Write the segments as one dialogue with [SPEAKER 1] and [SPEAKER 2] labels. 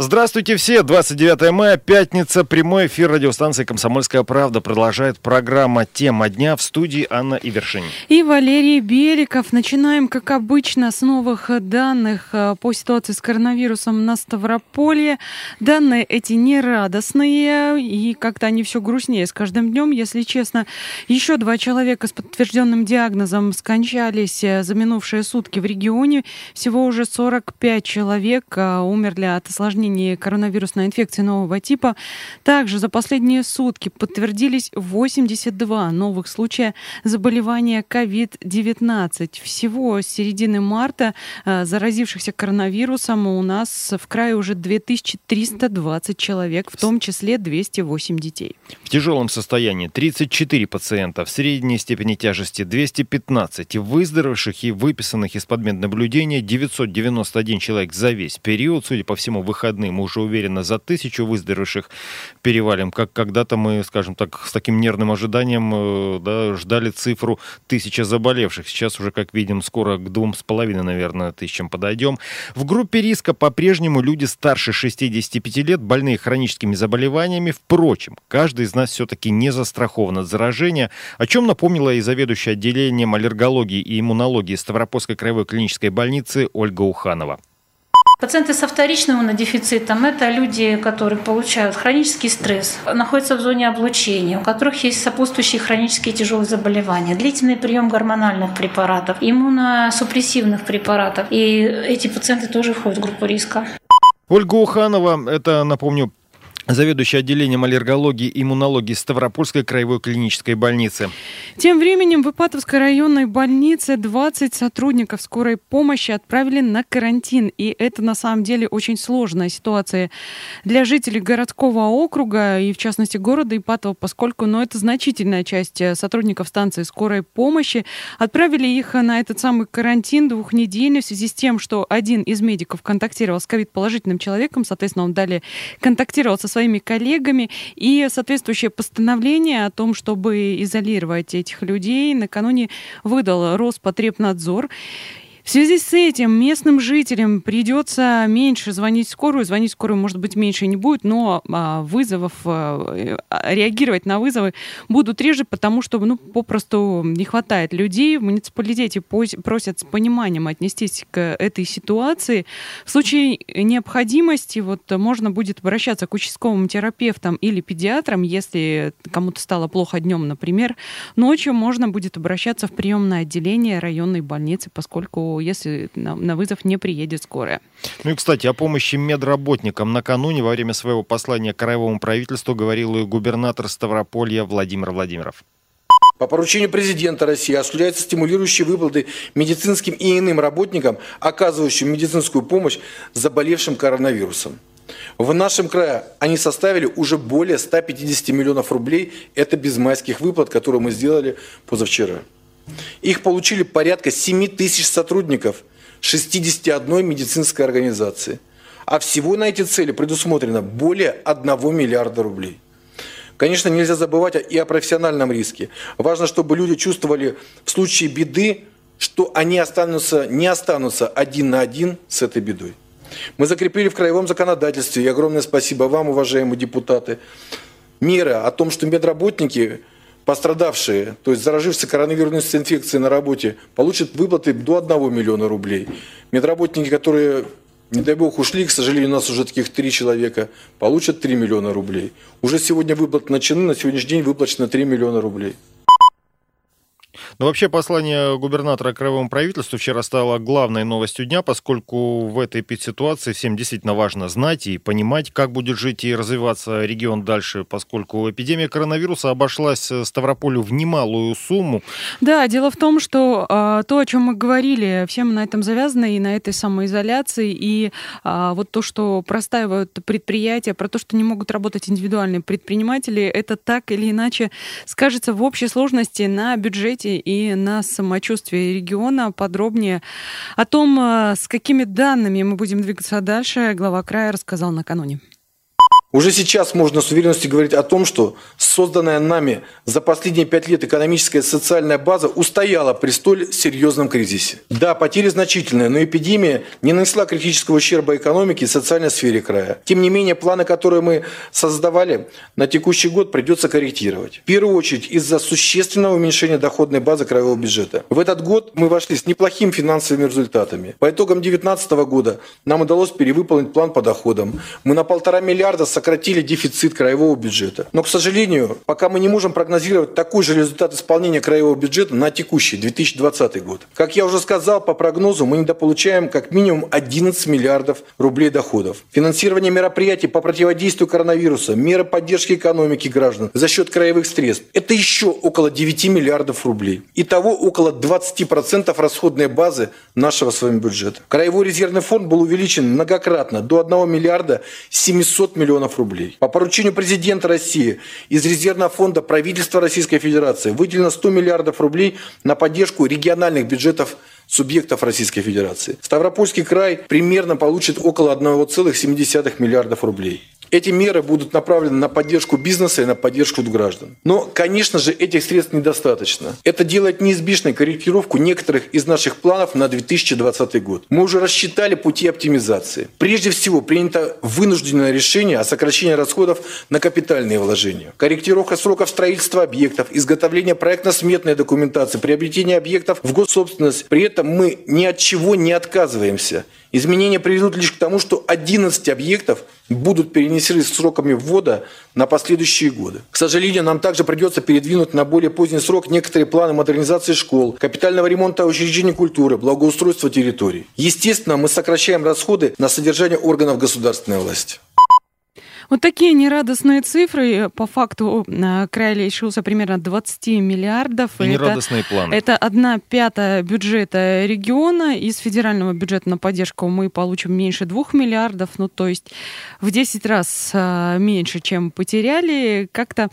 [SPEAKER 1] Здравствуйте все, 29 мая, пятница, прямой эфир радиостанции «Комсомольская правда». Продолжает программа «Тема дня», в студии Анна Ивершин.
[SPEAKER 2] И Валерий Беликов. Начинаем, как обычно, с новых данных по ситуации с коронавирусом на Ставрополье. Данные эти нерадостные, и как-то они все грустнее с каждым днем, если честно. Еще 2 человека с подтвержденным диагнозом скончались за минувшие сутки в регионе. Всего уже 45 человек умерли от осложнений коронавирусной инфекции нового типа. Также за последние сутки подтвердились 82 новых случая заболевания COVID-19. Всего с середины марта заразившихся коронавирусом у нас в крае уже 2320 человек, в том числе 208 детей.
[SPEAKER 1] В тяжелом состоянии 34 пациента, в средней степени тяжести 215, выздоровевших и выписанных из-под меднаблюдения 991 человек за весь период. Судя по всему, выходные мы уже уверенно за 1000 выздоровевших перевалим. Как когда-то мы, скажем так, с таким нервным ожиданием ждали цифру 1000 заболевших. Сейчас уже, как видим, скоро к 2,5, наверное, тысячам подойдем. В группе риска по-прежнему люди старше 65 лет, больные хроническими заболеваниями. Впрочем, каждый из нас все-таки не застрахован от заражения, о чем напомнила и заведующая отделением аллергологии и иммунологии Ставропольской краевой клинической больницы Ольга Уханова.
[SPEAKER 3] Пациенты со вторичным иммунодефицитом – это люди, которые получают хронический стресс, находятся в зоне облучения, у которых есть сопутствующие хронические тяжелые заболевания, длительный прием гормональных препаратов, иммуносупрессивных препаратов. И эти пациенты тоже входят в группу риска.
[SPEAKER 1] Ольга Уханова, это, напомню, заведующая отделением аллергологии и иммунологии Ставропольской краевой клинической больницы.
[SPEAKER 2] Тем временем в Ипатовской районной больнице 20 сотрудников скорой помощи отправили на карантин. И это на самом деле очень сложная ситуация для жителей городского округа и в частности города Ипатово, поскольку это значительная часть сотрудников станции скорой помощи. Отправили их на этот самый карантин двухнедельный в связи с тем, что один из медиков контактировал с ковид-положительным человеком, соответственно, он далее контактировал со своими коллегами, и соответствующее постановление о том, чтобы изолировать этих людей, накануне выдал Роспотребнадзор. В связи с этим местным жителям придется меньше звонить в скорую. Звонить в скорую, может быть, меньше не будет, но реагировать на вызовы будут реже, потому что попросту не хватает людей. В муниципалитете просят с пониманием отнестись к этой ситуации. В случае необходимости можно будет обращаться к участковым терапевтам или педиатрам, если кому-то стало плохо днем, например. Ночью можно будет обращаться в приемное отделение районной больницы, поскольку если на вызов не приедет скорая.
[SPEAKER 1] И, кстати, о помощи медработникам накануне во время своего послания к краевому правительству говорил и губернатор Ставрополья Владимир Владимиров.
[SPEAKER 4] По поручению президента России осуществляются стимулирующие выплаты медицинским и иным работникам, оказывающим медицинскую помощь заболевшим коронавирусом. В нашем крае они составили уже более 150 миллионов рублей. Это без майских выплат, которые мы сделали позавчера. Их получили порядка 7 тысяч сотрудников 61 медицинской организации. А всего на эти цели предусмотрено более 1 миллиарда рублей. Конечно, нельзя забывать и о профессиональном риске. Важно, чтобы люди чувствовали в случае беды, что они не останутся один на один с этой бедой. Мы закрепили в краевом законодательстве, и огромное спасибо вам, уважаемые депутаты, меры о том, что медработники, пострадавшие, то есть заразившиеся коронавирусной инфекцией на работе, получат выплаты до 1 миллиона рублей. Медработники, которые, не дай бог, ушли, к сожалению, у нас уже таких 3 человека, получат 3 миллиона рублей. Уже сегодня выплаты начаны, на сегодняшний день выплачено 3 миллиона рублей.
[SPEAKER 1] Но вообще послание губернатора краевому правительству вчера стало главной новостью дня, поскольку в этой ситуации всем действительно важно знать и понимать, как будет жить и развиваться регион дальше, поскольку эпидемия коронавируса обошлась Ставрополю в немалую сумму.
[SPEAKER 2] Да, дело в том, что то, о чем мы говорили, все мы на этом завязаны и на этой самоизоляции, и то, что простаивают предприятия, про то, что не могут работать индивидуальные предприниматели, это так или иначе скажется в общей сложности на бюджете и на самочувствии региона. Подробнее о том, с какими данными мы будем двигаться дальше, глава края рассказал накануне.
[SPEAKER 4] Уже сейчас можно с уверенностью говорить о том, что созданная нами за последние 5 лет экономическая и социальная база устояла при столь серьезном кризисе. Да, потери значительные, но эпидемия не нанесла критического ущерба экономике и социальной сфере края. Тем не менее, планы, которые мы создавали на текущий год, придется корректировать. В первую очередь из-за существенного уменьшения доходной базы краевого бюджета. В этот год мы вошли с неплохими финансовыми результатами. По итогам 2019 года нам удалось перевыполнить план по доходам. Мы на 1,5 миллиарда сократили дефицит краевого бюджета. Но, к сожалению, пока мы не можем прогнозировать такой же результат исполнения краевого бюджета на текущий 2020 год. Как я уже сказал, по прогнозу мы недополучаем как минимум 11 миллиардов рублей доходов. Финансирование мероприятий по противодействию коронавируса, меры поддержки экономики граждан за счет краевых средств – это еще около 9 миллиардов рублей. Итого около 20% расходной базы нашего с вами бюджета. Краевой резервный фонд был увеличен многократно до 1 миллиарда 700 миллионов рублей. По поручению президента России из резервного фонда правительства Российской Федерации выделено 100 миллиардов рублей на поддержку региональных бюджетов субъектов Российской Федерации. Ставропольский край примерно получит около 1,7 миллиардов рублей. Эти меры будут направлены на поддержку бизнеса и на поддержку граждан. Но, конечно же, этих средств недостаточно. Это делает неизбежной корректировку некоторых из наших планов на 2020 год. Мы уже рассчитали пути оптимизации. Прежде всего, принято вынужденное решение о сокращении расходов на капитальные вложения. Корректировка сроков строительства объектов, изготовление проектно-сметной документации, приобретение объектов в госсобственность. При этом мы ни от чего не отказываемся. Изменения приведут лишь к тому, что 11 объектов будут перенесены сроками ввода на последующие годы. К сожалению, нам также придется передвинуть на более поздний срок некоторые планы модернизации школ, капитального ремонта учреждений культуры, благоустройства территорий. Естественно, мы сокращаем расходы на содержание органов государственной власти.
[SPEAKER 2] Вот такие нерадостные цифры. По факту край лишился примерно 20 миллиардов.
[SPEAKER 1] И нерадостные планы.
[SPEAKER 2] Это 1/5 бюджета региона. Из федерального бюджета на поддержку мы получим меньше 2 миллиардов. Ну, то есть в 10 раз меньше, чем потеряли. Как-то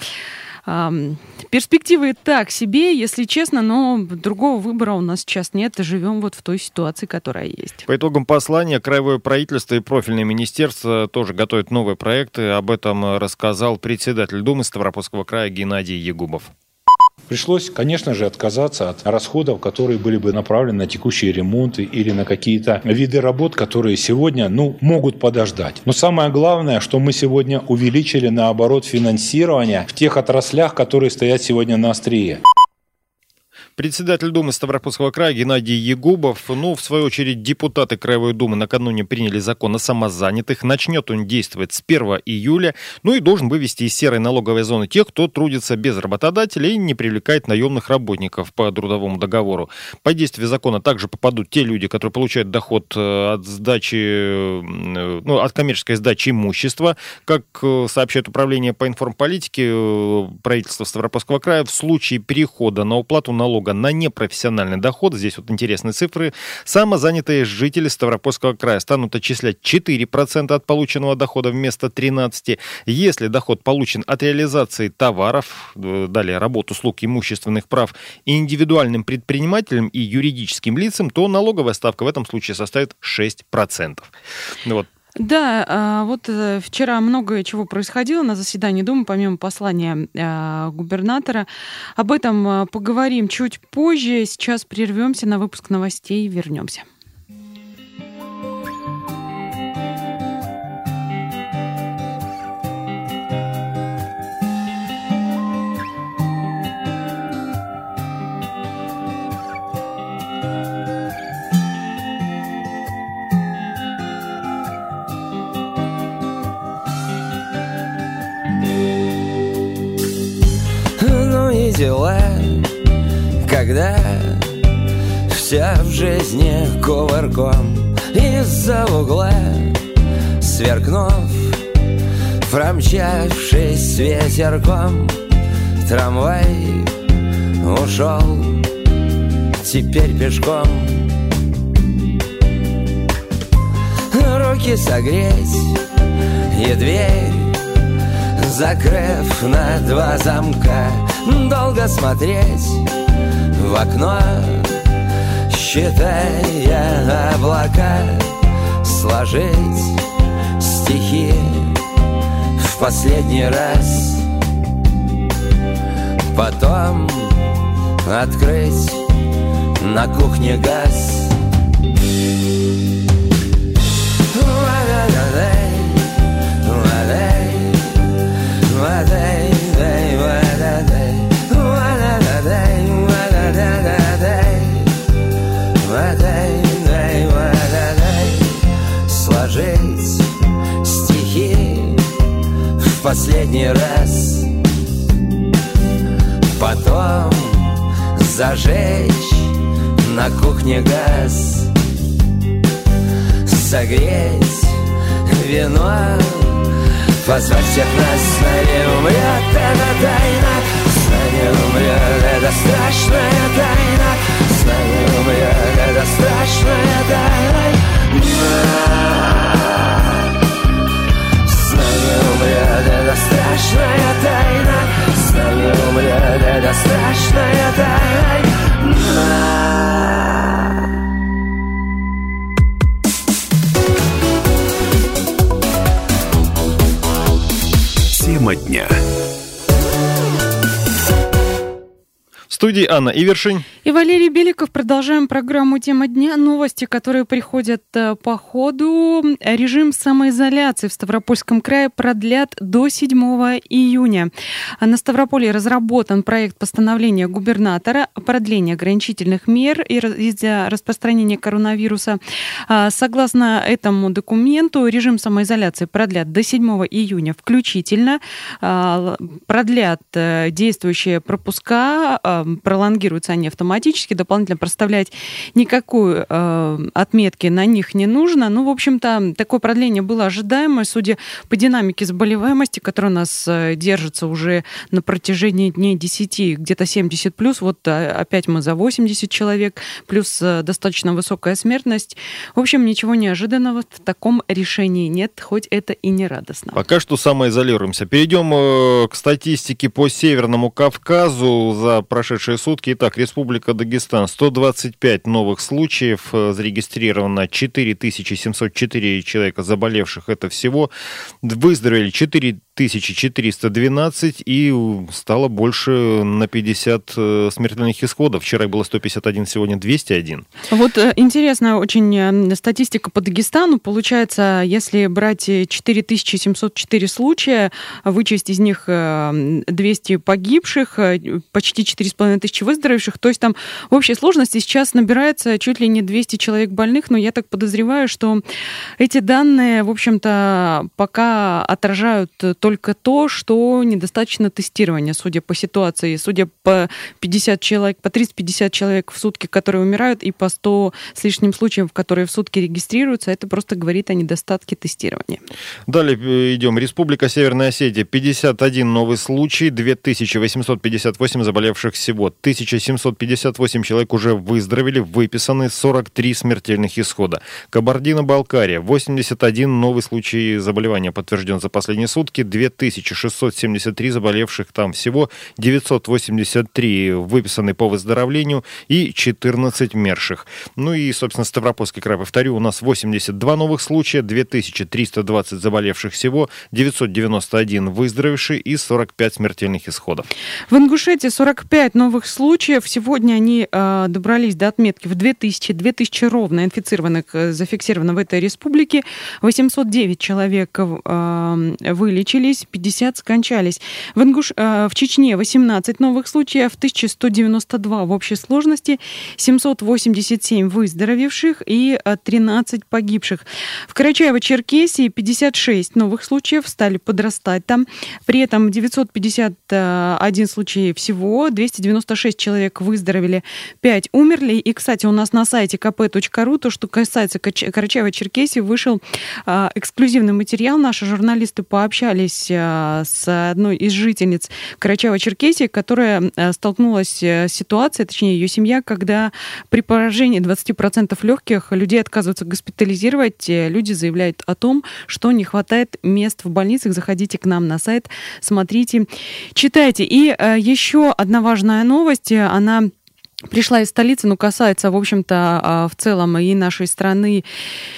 [SPEAKER 2] перспективы так себе, если честно, но другого выбора у нас сейчас нет. Живем вот в той ситуации, которая есть.
[SPEAKER 1] По итогам послания краевое правительство и профильное министерство тоже готовят новые проекты. Об этом рассказал председатель Думы Ставропольского края Геннадий Егубов.
[SPEAKER 5] Пришлось, конечно же, отказаться от расходов, которые были бы направлены на текущие ремонты или на какие-то виды работ, которые сегодня, могут подождать. Но самое главное, что мы сегодня увеличили, наоборот, финансирование в тех отраслях, которые стоят сегодня на острие.
[SPEAKER 1] Председатель Думы Ставропольского края Геннадий Егубов. В свою очередь, депутаты Краевой Думы накануне приняли закон о самозанятых. Начнет он действовать с 1 июля. И должен вывести из серой налоговой зоны тех, кто трудится без работодателя и не привлекает наемных работников по трудовому договору. Под действие закона также попадут те люди, которые получают доход от сдачи, от коммерческой сдачи имущества. Как сообщает Управление по информполитике правительства Ставропольского края, в случае перехода на уплату налога на непрофессиональный доход, здесь вот интересные цифры, самозанятые жители Ставропольского края станут отчислять 4% от полученного дохода вместо 13%. Если доход получен от реализации товаров, далее работ, услуг, имущественных прав индивидуальным предпринимателям и юридическим лицам, то налоговая ставка в этом случае составит 6%.
[SPEAKER 2] Да, вот вчера много чего происходило на заседании Думы, помимо послания губернатора. Об этом поговорим чуть позже. Сейчас прервемся на выпуск новостей и вернемся.
[SPEAKER 6] Дела, когда вся в жизни кувырком из-за угла, сверкнув, промчавшись ветерком, трамвай ушел теперь пешком. Руки согреть и дверь, закрыв на 2 замка, долго смотреть в окно, считая облака, сложить стихи в в последний раз, потом открыть на кухне газ. Сложить стихи в последний раз, потом зажечь на кухне газ, согреть вино, позвать всех нас. С нами умрет эта тайна, с нами умрет эта страшная тайна, с нами умрет эта страшная тайна. С нами умрет эта страшная тайна, с нами умрет эта страшная тайна.
[SPEAKER 7] Тема дня.
[SPEAKER 1] В студии Анна Ивершин
[SPEAKER 2] и Валерий Беликов. Продолжаем программу «Тема дня». Новости, которые приходят по ходу. Режим самоизоляции в Ставропольском крае продлят до 7 июня. На Ставрополье разработан проект постановления губернатора о продлении ограничительных мер из-за распространения коронавируса. Согласно этому документу, режим самоизоляции продлят до 7 июня включительно. Продлят действующие пропуска, пролонгируются они автоматически, дополнительно проставлять никакой отметки на них не нужно. Ну, в общем-то, такое продление было ожидаемо, судя по динамике заболеваемости, которая у нас держится уже на протяжении дней 10, где-то 70 плюс. Вот опять мы за 80 человек, плюс достаточно высокая смертность. В общем, ничего неожиданного в таком решении нет, хоть это и не радостно.
[SPEAKER 1] Пока что самоизолируемся. Перейдем к статистике по Северному Кавказу за прошедшие сутки. Итак, Республика Дагестан. 125 новых случаев. Зарегистрировано 4704 человека заболевших. Это всего. Выздоровели 4412 и стало больше на 50 смертельных исходов. Вчера было 151, сегодня 201.
[SPEAKER 2] Вот интересная очень статистика по Дагестану. Получается, если брать 4704 случая, вычесть из них 200 погибших, почти 4500 выздоровевших, то есть там в общей сложности сейчас набирается чуть ли не 200 человек больных, но я так подозреваю, что эти данные, в общем-то, пока отражают только то, что недостаточно тестирования, судя по ситуации, судя по 50 человек, по 30-50 человек в сутки, которые умирают, и по 100 с лишним случаев, которые в сутки регистрируются, это просто говорит о недостатке тестирования.
[SPEAKER 1] Далее идем. Республика Северная Осетия. 51 новый случай, 2858 заболевших всего. 1758 человек уже выздоровели, выписаны 43 смертельных исхода. Кабардино-Балкария. 81 новый случай заболевания подтвержден за последние сутки. 2673 заболевших там всего. 983 выписаны по выздоровлению и 14 мерших. Ну и, собственно, Ставропольский край, повторю, у нас 82 новых случая, 2320 заболевших всего, 991 выздоровевший и 45 смертельных исходов.
[SPEAKER 2] В Ингушетии 45 новых случаев. Сегодня они добрались до отметки в 2000 ровно инфицированных зафиксировано в этой республике. 809 человек вылечились, 50 скончались. В Чечне 18 новых случаев, 1192 в общей сложности, 787 выздоровевших и 13 погибших. В Карачаево-Черкесии 56 новых случаев, стали подрастать там. При этом 951 случай всего, 296 человек выздоровели, 5 умерли. И, кстати, у нас на сайте kp.ru, то, что касается Карачаево-Черкесии, вышел эксклюзивный материал. Наши журналисты пообщались с одной из жительниц Карачаево-Черкесии, которая столкнулась с ситуацией, точнее, ее семья, когда при поражении 20% легких людей отказываются госпитализировать. Люди заявляют о том, что не хватает мест в больницах. Заходите к нам на сайт, смотрите, читайте. И еще одна важная новость, она пришла из столицы, но касается, в общем-то, в целом и нашей страны,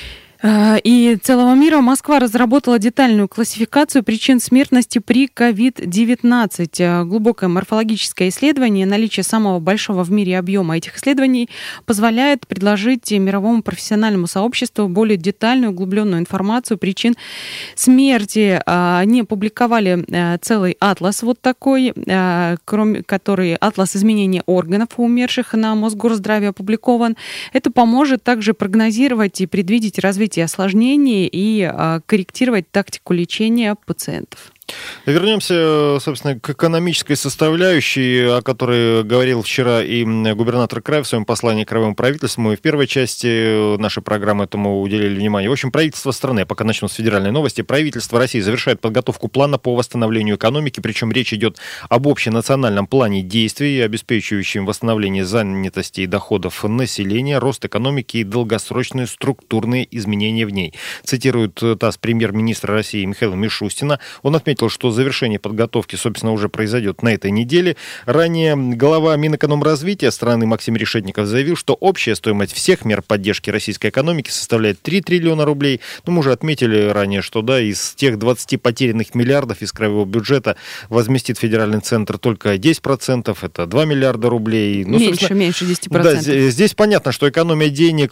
[SPEAKER 2] И целого мира Москва разработала детальную классификацию причин смертности при COVID-19. Глубокое морфологическое исследование, наличие самого большого в мире объема этих исследований позволяет предложить мировому профессиональному сообществу более детальную, углубленную информацию причин смерти. Они опубликовали целый атлас вот такой, кроме который атлас изменения органов у умерших на Мосгорздраве опубликован. Это поможет также прогнозировать и предвидеть развитие осложнений и корректировать тактику лечения пациентов.
[SPEAKER 1] Вернемся, собственно, к экономической составляющей, о которой говорил вчера и губернатор края в своем послании к краевому правительству. Мы в первой части нашей программы этому уделили внимание. В общем, правительство страны, я пока начну с федеральной новости, правительство России завершает подготовку плана по восстановлению экономики, причем речь идет об общенациональном плане действий, обеспечивающем восстановление занятости и доходов населения, рост экономики и долгосрочные структурные изменения в ней. Цитирует ТАСС премьер-министра России Михаила Мишустина. Он отметил, что завершение подготовки, собственно, уже произойдет на этой неделе. Ранее глава Минэкономразвития страны Максим Решетников заявил, что общая стоимость всех мер поддержки российской экономики составляет 3 триллиона рублей. Но мы уже отметили ранее, что из тех 20 потерянных миллиардов из краевого бюджета возместит федеральный центр только 10%, это 2 миллиарда рублей.
[SPEAKER 2] Меньше 10%.
[SPEAKER 1] Да, здесь понятно, что экономия денег,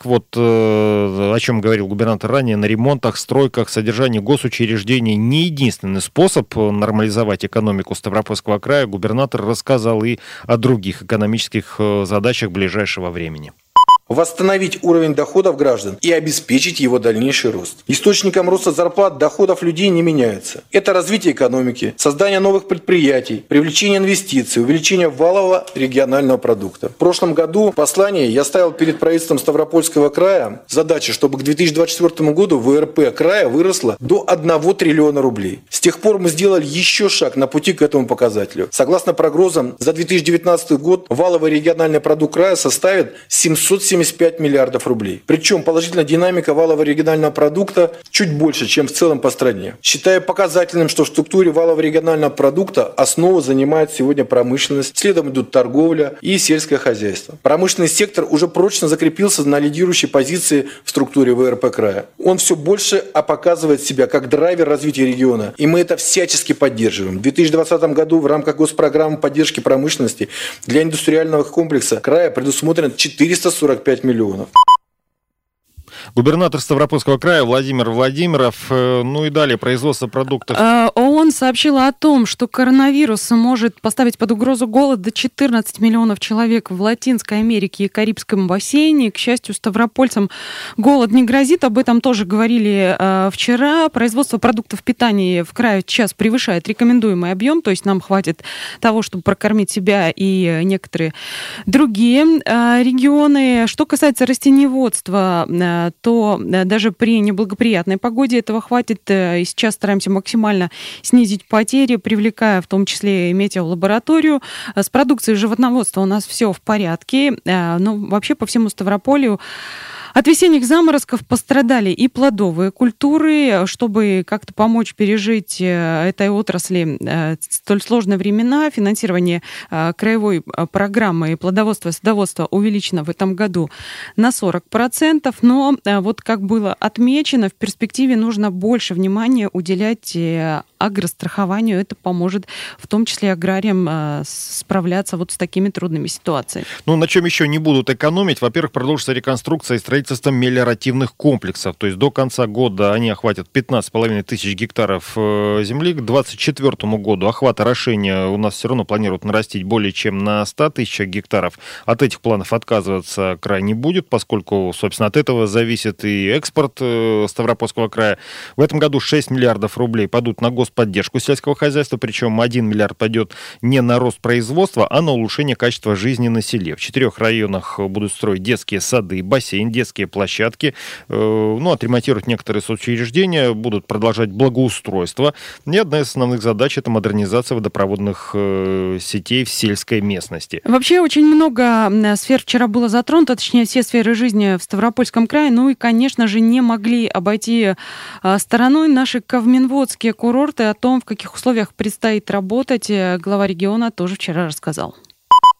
[SPEAKER 1] о чем говорил губернатор ранее, на ремонтах, стройках, содержании госучреждений не единственный способ нормализовать экономику Ставропольского края. Губернатор рассказал и о других экономических задачах ближайшего времени.
[SPEAKER 4] Восстановить уровень доходов граждан и обеспечить его дальнейший рост. Источником роста зарплат доходов людей не меняется. Это развитие экономики, создание новых предприятий, привлечение инвестиций, увеличение валового регионального продукта. В прошлом году в послании я ставил перед правительством Ставропольского края задачу, чтобы к 2024 году ВРП края выросло до 1 триллиона рублей. С тех пор мы сделали еще шаг на пути к этому показателю. Согласно прогнозам, за 2019 год валовый региональный продукт края составит 775 миллиардов рублей. Причем положительная динамика валового регионального продукта чуть больше, чем в целом по стране. Считаю показательным, что в структуре валового регионального продукта основу занимает сегодня промышленность, следом идут торговля и сельское хозяйство. Промышленный сектор уже прочно закрепился на лидирующей позиции в структуре ВРП края. Он все больше показывает себя как драйвер развития региона, и мы это всячески поддерживаем. В 2020 году в рамках госпрограммы поддержки промышленности для индустриального комплекса края предусмотрено 445 миллионов.
[SPEAKER 1] Губернатор Ставропольского края Владимир Владимиров. Ну и далее производство продуктов.
[SPEAKER 2] ООН сообщила о том, что коронавирус может поставить под угрозу голод до 14 миллионов человек в Латинской Америке и Карибском бассейне. К счастью, ставропольцам голод не грозит. Об этом тоже говорили вчера. Производство продуктов питания в крае сейчас превышает рекомендуемый объем, то есть нам хватит того, чтобы прокормить себя и некоторые другие регионы. Что касается растениеводства, то даже при неблагоприятной погоде этого хватит. И сейчас стараемся максимально снизить потери, привлекая в том числе и метеолабораторию. С продукцией животноводства у нас все в порядке. Но вообще по всему Ставрополью от весенних заморозков пострадали и плодовые культуры. Чтобы как-то помочь пережить этой отрасли столь сложные времена, финансирование краевой программы плодоводства и садоводства увеличено в этом году на 40%. Но вот как было отмечено, в перспективе нужно больше внимания уделять агрострахованию. Это поможет в том числе аграриям справляться вот с такими трудными ситуациями.
[SPEAKER 1] Ну, на чем еще не будут экономить? Во-первых, продолжится реконструкция и строительство мелиоративных комплексов. То есть до конца года они охватят 15,5 тысяч гектаров земли. К 2024 году охват орошения у нас все равно планируют нарастить более чем на 100 тысячах гектаров. От этих планов отказываться край не будет, поскольку, собственно, от этого зависит и экспорт Ставропольского края. В этом году 6 миллиардов рублей пойдут на господдержку сельского хозяйства, причем 1 миллиард пойдет не на рост производства, а на улучшение качества жизни на селе. В 4 районах будут строить детские сады, бассейн, детские площадки, отремонтировать некоторые соцучреждения, будут продолжать благоустройство. И одна из основных задач — это модернизация водопроводных сетей в сельской местности.
[SPEAKER 2] Вообще очень много сфер вчера было затронуто, точнее все сферы жизни в Ставропольском крае. Ну и, конечно же, не могли обойти стороной наши ковминводские курорты. О том, в каких условиях предстоит работать, глава региона тоже вчера рассказал.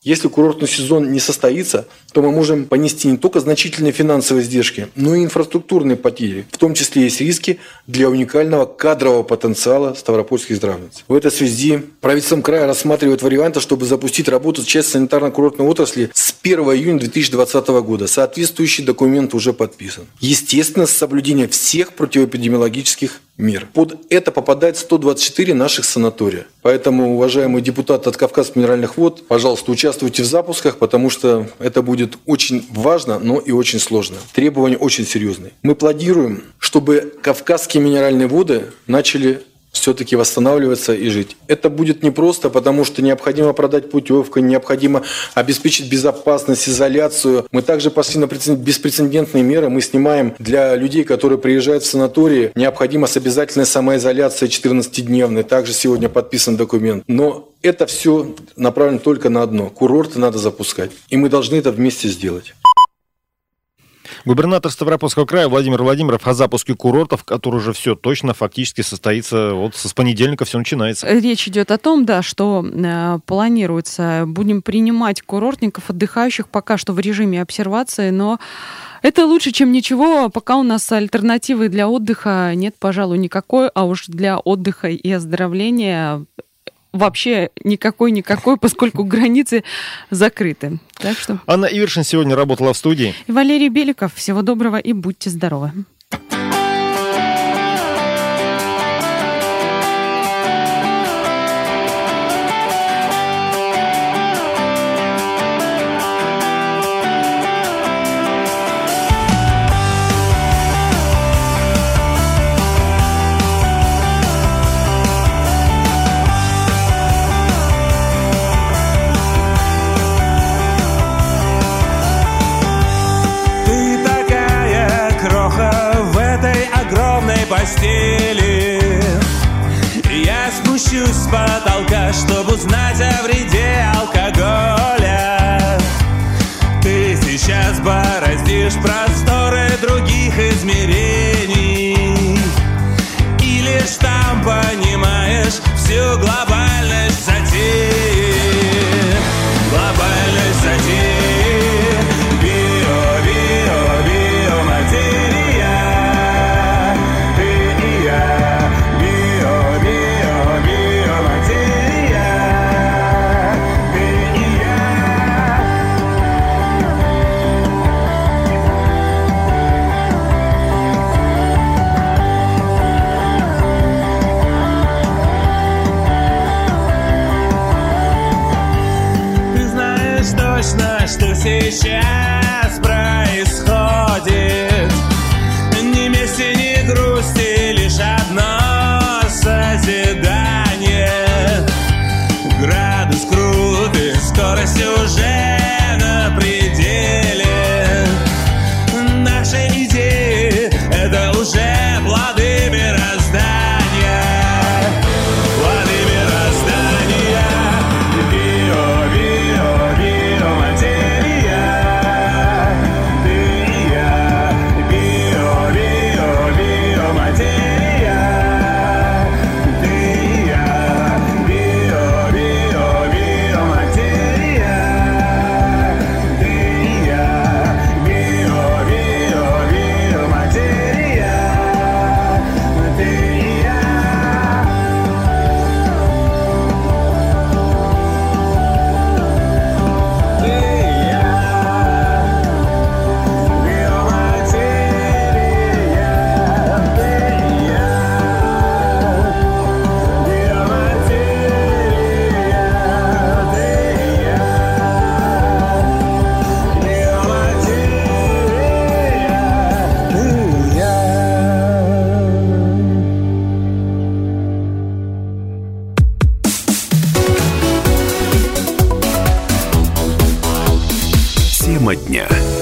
[SPEAKER 4] Если курортный сезон не состоится, то мы можем понести не только значительные финансовые издержки, но и инфраструктурные потери. В том числе есть риски для уникального кадрового потенциала ставропольских здравниц. В этой связи правительством края рассматривает варианты, чтобы запустить работу в части санитарно-курортной отрасли с 1 июня 2020 года. Соответствующий документ уже подписан. Естественно, с соблюдением всех противоэпидемиологических мер. Под это попадает 124 наших санатория. Поэтому, уважаемые депутаты от Кавказских минеральных вод, пожалуйста, участвуйте в запусках, потому что это будет очень важно, но и очень сложно. Требования очень серьезные. Мы планируем, чтобы Кавказские минеральные воды начали все-таки восстанавливаться и жить. Это будет непросто, потому что необходимо продать путевку, необходимо обеспечить безопасность, изоляцию. Мы также пошли на беспрецедентные меры. Мы снимаем для людей, которые приезжают в санатории, необходимость обязательной самоизоляции 14-дневной. Также сегодня подписан документ. Но это все направлено только на одно. Курорты надо запускать. И мы должны это вместе сделать.
[SPEAKER 1] Губернатор Ставропольского края Владимир Владимиров о запуске курортов, который уже все точно фактически состоится, вот с понедельника все начинается.
[SPEAKER 2] Речь идет о том, да, что планируется, будем принимать курортников, отдыхающих пока что в режиме обсервации, но это лучше, чем ничего, пока у нас альтернативы для отдыха нет, пожалуй, никакой, а уж для отдыха и оздоровления вообще никакой, поскольку границы закрыты. Так что...
[SPEAKER 1] Анна Ивершин сегодня работала в студии.
[SPEAKER 2] И Валерий Беликов. Всего доброго и будьте здоровы.
[SPEAKER 6] Постели. Я спущусь с потолка, чтобы узнать о вреде алкоголя. Ты сейчас бороздишь просторы других измерений, и лишь там понимаешь всю глобальность затеи. Глобальность затеи. Что сейчас происходит? Ни мести, ни грусти, лишь одно созидание. Градус крут и скорость уже на пределе. Наши идеи — это уже плоды мироздания. Плоды мироздания.
[SPEAKER 7] Тема дня.